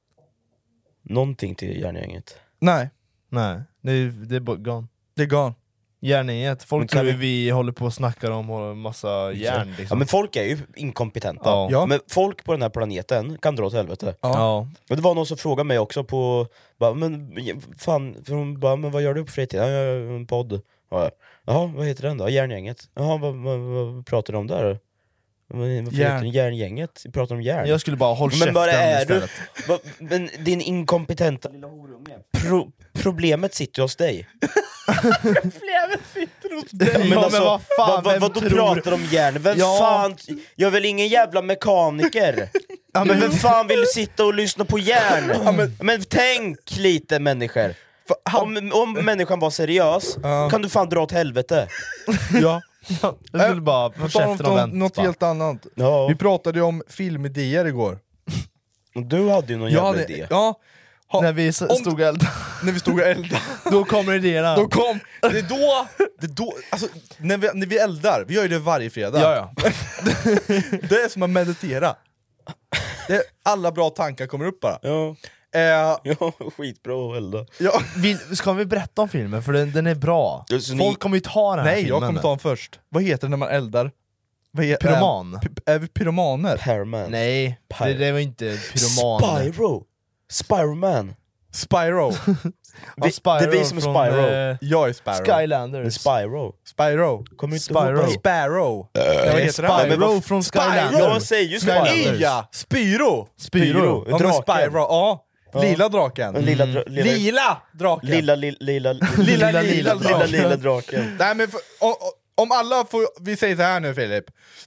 någonting till Järngänget? Nej. Nej, det är, det är bara gone. Det är gone. Järngänget, folk Men tror kan vi... vi- vi håller på och snackar om och en massa järn liksom. Ja, men folk är ju inkompetenta. Ja. Ja. Men folk på den här planeten kan dra åt helvete. Ja. Men det var någon som frågade mig också på... Bara, men fan, för hon bara, men vad gör du på fritiden? Ja, jag gör en podd. Ja, jaha, vad heter den då? Järngänget. Jaha, vad, vad, vad pratar du om där? Vad, vad heter Järn. den? Järngänget? Vi pratar om järn. Jag skulle bara hålla Men käften vad är du? istället. Va, men din inkompetenta lilla horunge. Pro, problemet sitter ju hos dig. Problemet sitter hos dig. Ja, men alltså, vad fan, vad, vad, vem vad då tror- pratar om järn? Vem Ja. fan... Jag är väl ingen jävla mekaniker? Ja, men vem fan vill sitta och lyssna på järn? Ja, men, men tänk lite människor. Om, om människan var seriös, Ja. kan du fan dra åt helvete. Ja. Jag skulle bara På hålla tal om käften och något, vänta. något helt annat. Ja. Vi pratade ju om filmidéer igår. Du hade ju någon Jag jävla hade- idé. Ja. Ha, När vi s- om- stod och eldade. när vi stod och eldade. Då kommer idéerna. Då kom, det är då, det är då alltså, när, vi, när vi eldar, vi gör ju det varje fredag. Ja, ja. Det är som att meditera. Det är, alla bra tankar kommer upp bara. Ja, Eh, ja skitbra att elda. ja. Vill, ska vi berätta om filmen? För den, den är bra. Ja, så Folk ni- kommer ju ta den här Nej, filmen. jag kommer ta den först. Vad heter det när man eldar? Vad he- Pyroman. Är, p- är vi pyromaner? Perman. Nej, Pyro. det, det var inte pyroman. Spyro. Spiroman. Spyro. Ja, Spyro det är vi som är från, Spyro. eh, Jag är Sparrow. Skylanders. Spyro. Spyro. Kommer inte Spyro. ihåg. Sparrow. Nej, vad heter Spyro det? men vad- från Spyro. Skylanders. Jag säger ju Spyro. Skylanders. Ja, Spyro. Spyro. Ja, men Draken. Spyro. Ja. Lila draken. Den lilla, dra- lilla, Lila draken. lilla, lilla, lilla, Lilla, lilla, lila lilla, draken. lilla draken. Nej men för, om, om alla får, vi säger så här nu Filip.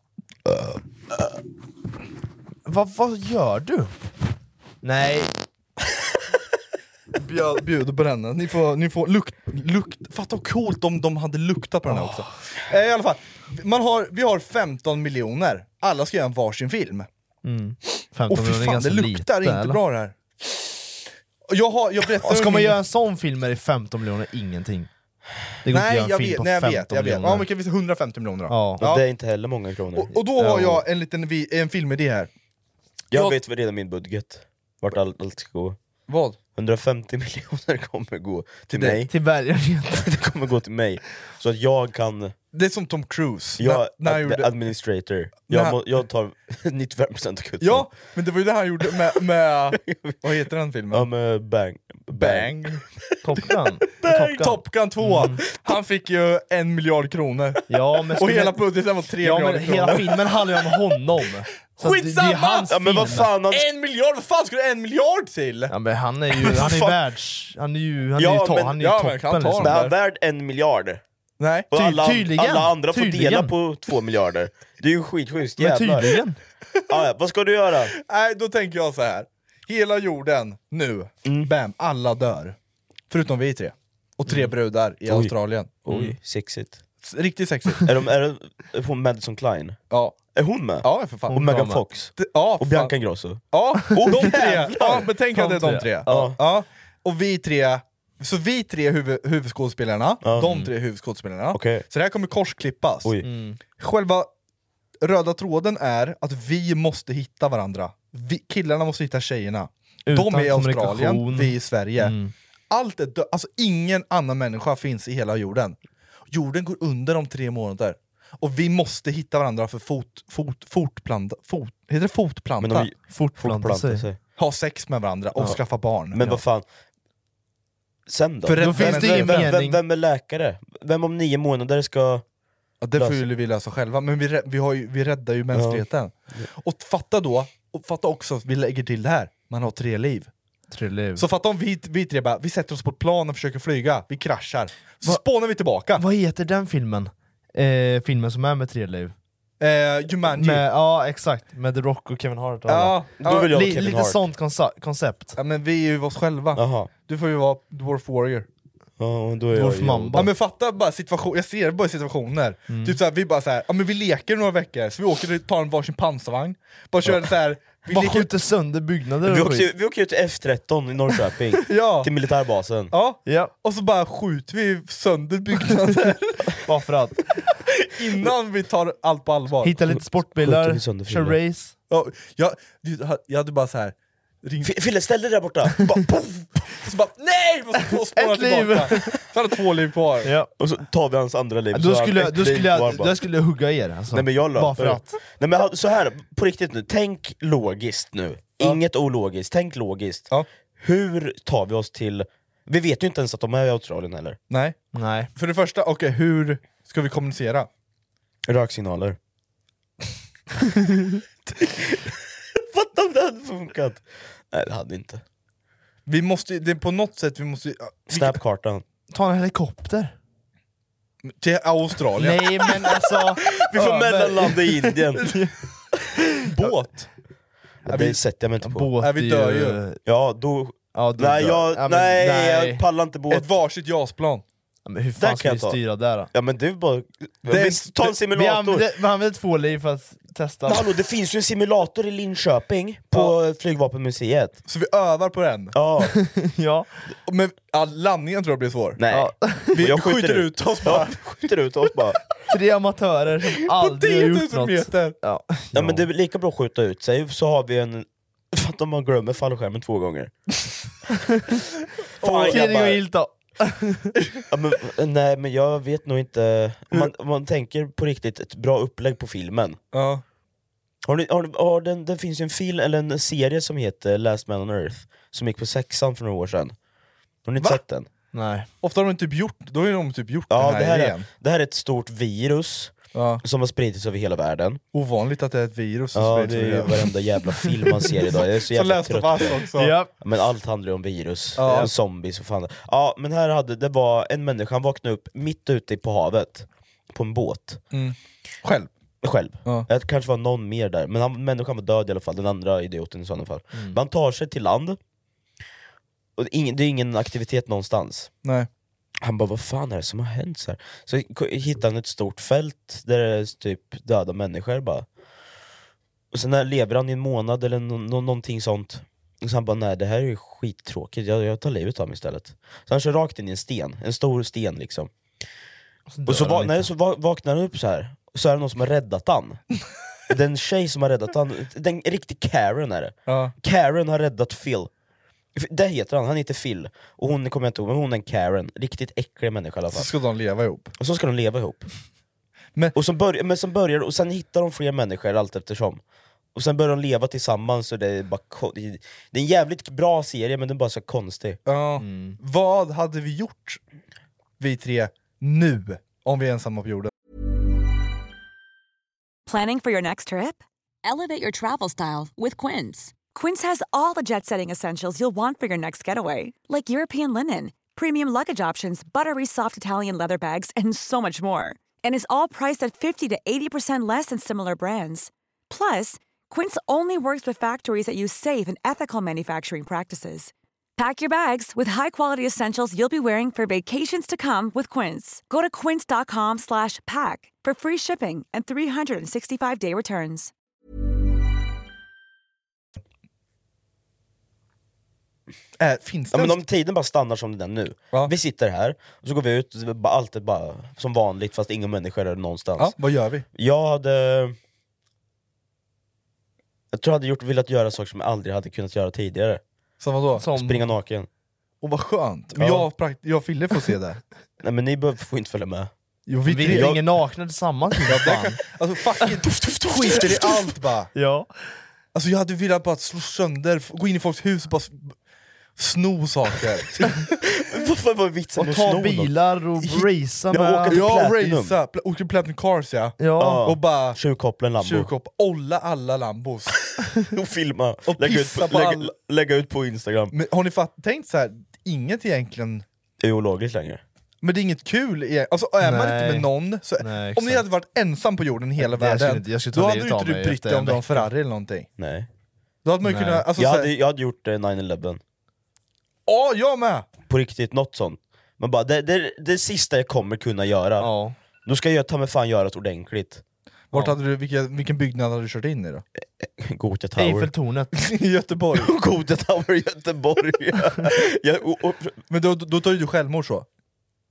Vad, vad gör du? Nej. Bjöd, bjuder på den. Ni får, ni får lukt, lukt, fatta vad coolt om de hade luktat på den här också. Eh, I alla fall, man har, vi har femton miljoner. Alla ska göra en varsin film. Mm. Och femton fy miljoner är fan, ganska det luktar lite, inte eller? bra det här. Och Jag, har, jag berättar Och ska om man min- göra en sån film är det femton miljoner ingenting. Det går Nej, inte att göra en jag film vet, på nej, jag femton vet, jag vet. miljoner. Ja, men kan vi säga hundrafemtio miljoner då? Ja. Ja. Det är inte heller många kronor. Och, och då har Ja. jag en liten vi- en filmidé här. Jag jag- vet väl redan min budget. Vart allt, allt ska gå. Vad? hundrafemtio miljoner kommer gå till dig. mig. Till bergen. Det kommer gå till mig. Så att jag kan... Det är som Tom Cruise. Jag När- när han är gjorde- administrator. Jag, När- må, jag tar nittiofem procent av kutten. Ja, men det var ju det han gjorde med, med vad heter den filmen? Ja, med bang. Bang. Top Gun. Bang. Top Gun två. Han fick ju en miljard kronor. Ja, men Och skulle- hela budgeten var tre Ja, miljarder men kronor. hela filmen handlar ju om honom. Så att det- det är Skitsamma! hans Ja, men vad film. fan, han... En miljard? Vad fan ska du en miljard till? Ja, men han är ju, Men vad han är fan? världs... Han är ju, han är Ja, ju, to, men- han är ju ja, men toppen kan ta liksom. Men han där. är värd en miljard. Nej. Och Ty- alla, tydligen, alla andra får tydligen. dela på två miljarder. Det är ju skitschysst, Men jävlar. tydligen. Ah, ja, vad ska du göra? Nej, då tänker jag så här. Hela jorden, nu, Mm. bam, alla dör. Förutom vi tre. Och tre brudar i Australien. Oj, sexigt. S- Riktigt sexigt. Är, de, är, det, är hon Madison Klein? Ja. Är hon med? Ja, för fan. Och Megan med. Fox? Det- Ja, Och fan. Bianca Ingrosso? Ja, de tre. jävlar. Ja, men tänk att det är de De tre. tre. Ja. Ja. Och vi tre, så vi tre huvud, huvudskådespelarna, Ja. de tre huvudskådespelarna. Okej. Så det här kommer korsklippas. Oj. Mm. Själva röda tråden är att vi måste hitta varandra. Vi, killarna måste hitta tjejerna. Utan de är i Australien, kommunikation. vi i Sverige. Mm. Allt är dö- alltså ingen annan människa finns i hela jorden. Jorden går under om tre månader. Och vi måste hitta varandra för fot, fot, fortplanta, fot, heter det fortplanta? Men de Fortplanta fortplantar sig. sig. Ha sex med varandra och Ja. skaffa barn. Men vad fan? Sen då? För Då vem, finns vem, det vem, ingen vem, vem, mening. vem är läkare? Vem om nio månader ska... ja, det får lösa? ju vi lösa själva, men vi, rä- vi, har ju, vi räddar ju mänskligheten. Och fatta då, och fatta också att vi lägger till det här, man har tre liv. Tre liv. Så fatta om vi, vi tre bara, vi sätter oss på ett plan och försöker flyga, vi kraschar. Så spånar vi tillbaka. Vad heter den filmen? Eh, filmen som är med tre liv. Eh, Jumanji. Med, ja, exakt. Med The Rock och Kevin Hart och alla. Ja, Då vill jag vara Li- Kevin lite Hart. sånt konsa- koncept. ja, men vi är ju oss själva. Jaha. Du får ju vara Dwarf Warrior. Ja, och då är jag Dwarf ju- Mamba. Ja men fatta bara situation, jag ser bara situationer. Mm. Typ såhär, vi bara såhär, ja men vi leker några veckor, så vi åker och tar en varsin pansarvagn. Bara kör såhär, vi Bara leker... skjuter sönder byggnader Vi och åkte, skit. vi åkte ju till F tretton i Norrköping, Ja. till militärbasen. Ja. Ja, Och så bara skjuter vi sönder byggnader bara för att. innan vi tar allt på allvar. Hitta lite Skjuter sportbilar, vi sönder kör filer. race. Ja, jag, jag hade bara så här. F- Fille, ställ dig där borta! Bara, poff! Så bara, nej! Måste få spåra tillbaka. Så hade två liv kvar. Ja. Och så tar vi hans andra liv. Då så skulle, han jag, då, ett liv skulle kvar jag, bara. då skulle jag hugga er alltså. Nej men jag Bara för löper. att. Nej men så här, på riktigt nu, tänk logiskt nu. Ja. Inget ologiskt, tänk logiskt. Ja. Hur tar vi oss till... Vi vet ju inte ens att de är i Australien heller. Nej. Nej. För det första, okej, okay, hur ska vi kommunicera? Röksignaler. Fattar om det hade funkat. Nej det hade inte. Vi måste, det är på något sätt vi måste... Snapkartan. Ta en helikopter. Till Australien. Nej men alltså... Vi får över- mellanlanda i Indien. Båt. Ja, det sätter jag mig inte på. Båt Nej, vi är dör ju. Ja då... Ja, då nej, dör- jag, ja, men nej, nej. jag pallar inte båt. Ett varsitt jasplan. Ja, men hur Där fan kan ska jag vi ta. styra där då? Ja men det är bara... Det- vi tar en Vi simulator. använder, vi använder två liv för att testa. Men hallå, det finns ju en simulator i Linköping på Flygvapenmuseet. Så vi övar på den. Ja. Ja. Men ja, landningen tror jag blir svår. Nej. Ja. Vi Jag skjuter, skjuter ut oss bara. Ja, skjuter ut oss bara. Tre amatörer som aldrig har tio gjort tusen något. meter. Ja. Ja men det är lika bra att skjuta ut sig, så har vi en... Fattar om man glömmer fallskärmen två gånger. Fan, Tredje grabbar. gången gillt då. Ja, men, nej men jag vet nog inte, om man, om man tänker på riktigt ett bra upplägg på filmen. Ja. Har ni, har, ni- har den, det finns ju en film, eller en serie som heter Last Man on Earth, som gick på sexan för några år sedan. Har ni inte Va? sett den? Nej. Ofta har de typ gjort, då är de typ gjort Ja, den här, det här, är, igen. det här är ett stort virus Ja. som har spridits över hela världen. Ovanligt att det är ett virus som Ja, sprids det är över ju hela- varenda jävla film man ser idag. Jag är så Så jävla läste trött Vass på det. också. Ja. Men allt handlar ju om virus, Ja. och zombies och fan. Ja, men här hade det var en människa, han vaknade upp mitt ute på havet, på en båt. Mm. Själv. Själv. Ja. Det kanske var någon mer där, men han, människan var död i alla fall, den andra idioten i sådana fall. Mm. Men han tar sig till land, och det är ingen, det är ingen aktivitet någonstans. Nej. Han bara, vad fan är det som har hänt så här? Så hittade han ett stort fält där det är typ döda människor bara. Och sen när lever han i en månad eller no, no, någonting sånt. Och så han bara, nej det här är ju skittråkigt, jag, jag tar livet av mig istället. Så han kör rakt in i en sten, en stor sten liksom. Och så, va- nej, så va- vaknar han upp så här. Och så är det någon som har räddat han. Den tjej som har räddat han, den riktig Karen är det. Ja. Karen har räddat Phil. Det heter han, han heter Phil. Och hon kommer jag inte ihåg, men hon är en Karen. Riktigt äcklig människa i alla Så fall. ska de leva ihop. Och så ska de leva ihop. Men- Och så börjar, men sen börjar, och sen hittar de fler människor allt eftersom. Och sen börjar de leva tillsammans, och det är bara ko- det är en jävligt bra serie, men den är bara så konstig. Ja. Mm. Vad hade vi gjort, vi tre, nu? Om vi är ensamma på jorden? Planning for your next trip? Elevate your travel style with Quince. Quince has all the jet-setting essentials you'll want for your next getaway, like European linen, premium luggage options, buttery soft Italian leather bags, and so much more. And is all priced at fifty to eighty percent less than similar brands. Plus, Quince only works with factories that use safe and ethical manufacturing practices. Pack your bags with high-quality essentials you'll be wearing for vacations to come with Quince. Go to quince.com slash pack for free shipping and three sixty-five day returns. Äh, finns det Ja, men en- om tiden bara stannar som den är nu. Ja. Vi sitter här, och så går vi ut, och bara- allt är bara som vanligt fast inga människor är någonstans. Ja, vad gör vi? Jag hade... Jag tror jag hade gjort, velat göra saker som jag aldrig hade kunnat göra tidigare. Som vadå? Som... Springa naken. Och vad skönt, men Ja. jag, prakt- jag och Fille får se det. Nej men ni behöver, får inte följa med. Jo, vi Vi tre, ringer nakna tillsammans. jag, alltså fucking skiter i allt bara. Ja. Alltså jag hade velat bara slå sönder, gå in i folks hus och bara s- sno saker. Varför var vitsen Och med att ta sno något? bilar och racea Ja, åka med... till Ja, Platinum. racea, pl- åka till Platinum Cars ja. Ja. Och bara Tjuvkoppla en Lambo. tjuvkopp, olla alla Lambos. Och filma. Och lägga, ut pissa på, på lägga, alla. lägga ut på Instagram. Men har ni fatt, tänkt så här, inget egentligen, Det är olagligt längre. men det är inget kul egentligen. Alltså är man Nej. inte med någon, så, Nej, om ni exakt. hade varit ensam på jorden hela Det- jag skulle världen, inte- jag skulle ta då hade livet ju av inte du mig brytt efter dig en om du har en vecka. Ferrari eller någonting. Nej. Då hade man ju Nej. kunnat, alltså, Jag så hade, här, jag hade gjort eh, nine eleven. ja jag med! På riktigt, något sånt. Men bara, det, det, det sista jag kommer kunna göra. Ja. Då ska jag ta mig fan göra det ordentligt. Vart Ja. hade du, vilken, vilken byggnad hade du kört in i då? Gothia Tower. Eiffeltornet. I Göteborg. Gothia Tower i Göteborg. jag, och, och, Men då, då tar ju du självmord så?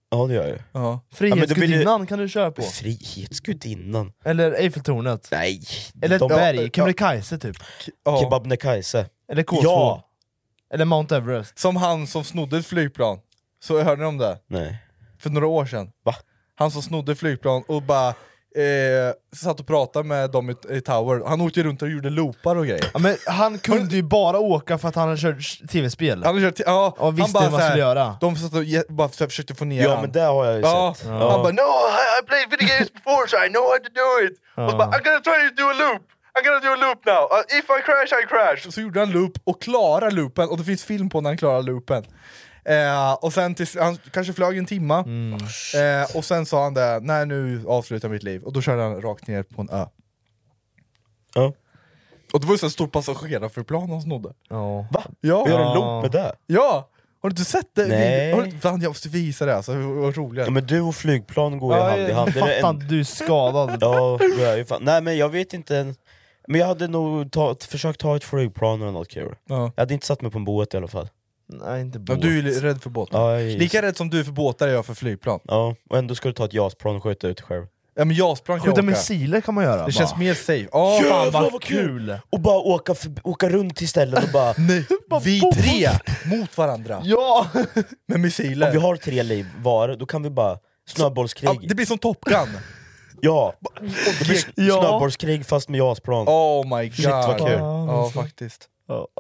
Ja, det gör jag. Ja. Frihetsgudinnan kan du köra på. Frihetsgudinnan? Eller Eiffeltornet. Nej. Eller ett de- berg, Kebnekaise typ. Ja. Kebnekaise. Eller K två. Ja. Eller Mount Everest. Som han som snodde ett flygplan. Så hörde ni om det? Nej. För några år sedan. Va? Han som snodde flygplan och bara eh, satt och pratade med dem i, i Tower. Han åkte runt och gjorde loopar och grejer. Ja, men han kunde ju bara åka för att han hade kört tv-spel. Han hade kört, ja, och visste han bara hur man så här, skulle göra. De satt och ge, bara försökte få ner Ja, han. men det har jag ju ja. sett. Han Ja. bara no, I, I played video games before so I know how to do it. Ja. Och så bara I'm gonna try to do a loop. I'm gonna do a loop now. Uh, if I crash I crash. Och så gjorde han loop och klarade loopen. Och det finns film på när han klarar loopen. Eh, och sen tills, han kanske flög en timma. Mm. Eh, och sen sa han det, nej nu avslutar mitt liv. Och då körde han rakt ner på en ö. Ja. Och det var ju så ett stort passagerarflygplan han snodde. Ja. Va? Ja. Vi gör en loop med det? Ja! Har du inte sett det? Nej. Har du, fan, jag måste visa det, alltså, vad roligt. Ja, men du och flygplan går ju Ja, hand i hand. jag Det är fattar en- inte, du är skadad. Ja, det är ju fan. Nej men jag vet inte en... Men jag hade nog ta... försökt ta ett flygplan eller något kul. Ja. Jag hade inte satt mig på en båt i alla fall. Nej, inte Ja, båt. du är ju rädd för båtar. Ja, jag är... Lika rädd som du är för båtar är jag för flygplan. Ja, och ändå ska du ta ett jasplan och skjuta ut själv. Ja men jasplan kan jag Skjuta åka. missiler kan man göra. Det bara. känns mer safe. Åh fan Jävlar, vad vad kul! Och bara åka, för... åka runt till ställen och bara... Nej, vi tre mot varandra. Ja! Med missiler. Om vi har tre liv var, då kan vi bara... Snöbollskrig. Ja, det blir som Top Gun. Ja, det blir Ja. snöbollskrig fast med jasplan. Oh my god. Shit, vad kul. Ja faktiskt. Ja.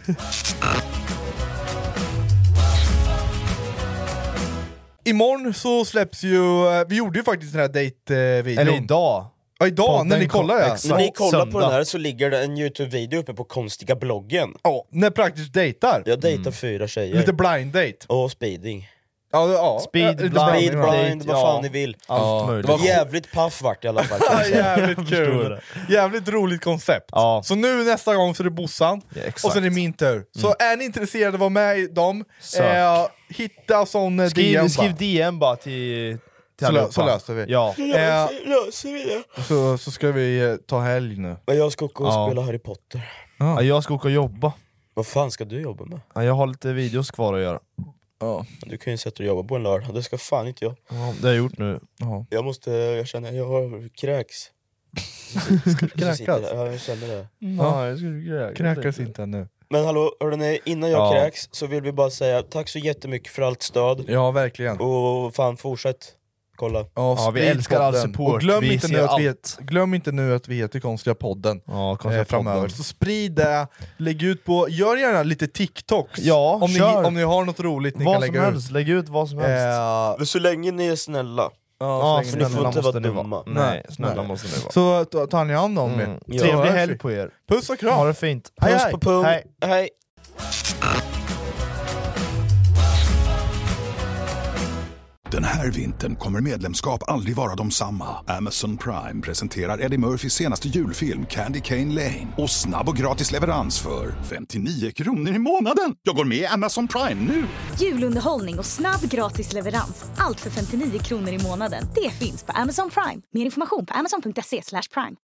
Imorgon så släpps ju, eh, vi gjorde ju faktiskt den här date-videon. Eller idag. Ja idag, Podden när ni kom- kollar ja. exakt. När ni kollar på Söndag. den här så ligger det en Youtube-video uppe på konstiga bloggen. Ja, när praktiskt dejtar. Jag dejtar fyra tjejer. Lite blind date. Och speeding. Ja, ja. Speed, lite blind, Speed, date, blind, vad ja. fan ni vill. Allt möjligt. Det var jävligt paff vart i alla fall. kan Ja, jag säga. jävligt förstår kul. Jävligt roligt koncept. Ja. Så nu nästa gång så är det Bossan, Ja, exakt. och sen är det min tur. Så är ni intresserade av att vara med i dem, Sök. eh, hitta sån eh, D Skriv, M skriv bara. D M bara till, till Så lö- allihopa. så löser vi. Ja. Eh, Löser vi det? så, så ska vi eh, ta helg nu. Men jag ska åka och Ja. spela Harry Potter. Ja, jag ska åka och jobba. Vad fan ska du jobba med? Ja, jag har lite videos kvar att göra. Ja. Du kan ju sätta dig och jobba på en lördag, det ska fan inte jag. Ja, det har jag gjort nu. Ja. Jag måste, jag känner, jag har kräks. Ska du kräkas? Ja, jag känner det. Ja, jag skulle Kräkas inte nu. Men hallå, hörrni, innan jag Ja. kräks så vill vi bara säga tack så jättemycket för allt stöd. Ja verkligen. Och fan, fortsätt kolla. Ja, vi älskar all podden. support. Och glöm, Vi inte ser nu att vi, allt. glöm inte nu att vi heter Konstiga podden. Ja, Eh, framöver. Så sprid det, lägg ut på, gör gärna lite TikToks. Ja, om, ni, kör. om ni har något roligt ni Vad kan som lägga helst, lägg ut vad som ut. helst. Eh, Men så länge ni är snälla. ja, Ja, så för länge ni ni- får inte måste vara ni dumma. Nej, snälla Nej. måste ni vara. Så ta- tar ni hand om Mm. er. Ja. Trevlig hörs helg vi. på er. Puss och kram! Ha det fint. Hej, Puss hej. på pung. Hej. Hej. Den här vintern kommer medlemskap aldrig vara de samma. Amazon Prime presenterar Eddie Murphys senaste julfilm Candy Cane Lane. Och snabb och gratis leverans för femtionio kronor i månaden. Jag går med i Amazon Prime nu! Julunderhållning och snabb gratis leverans. Allt för femtionio kronor i månaden. Det finns på Amazon Prime. Mer information på amazon punkt se slash prime.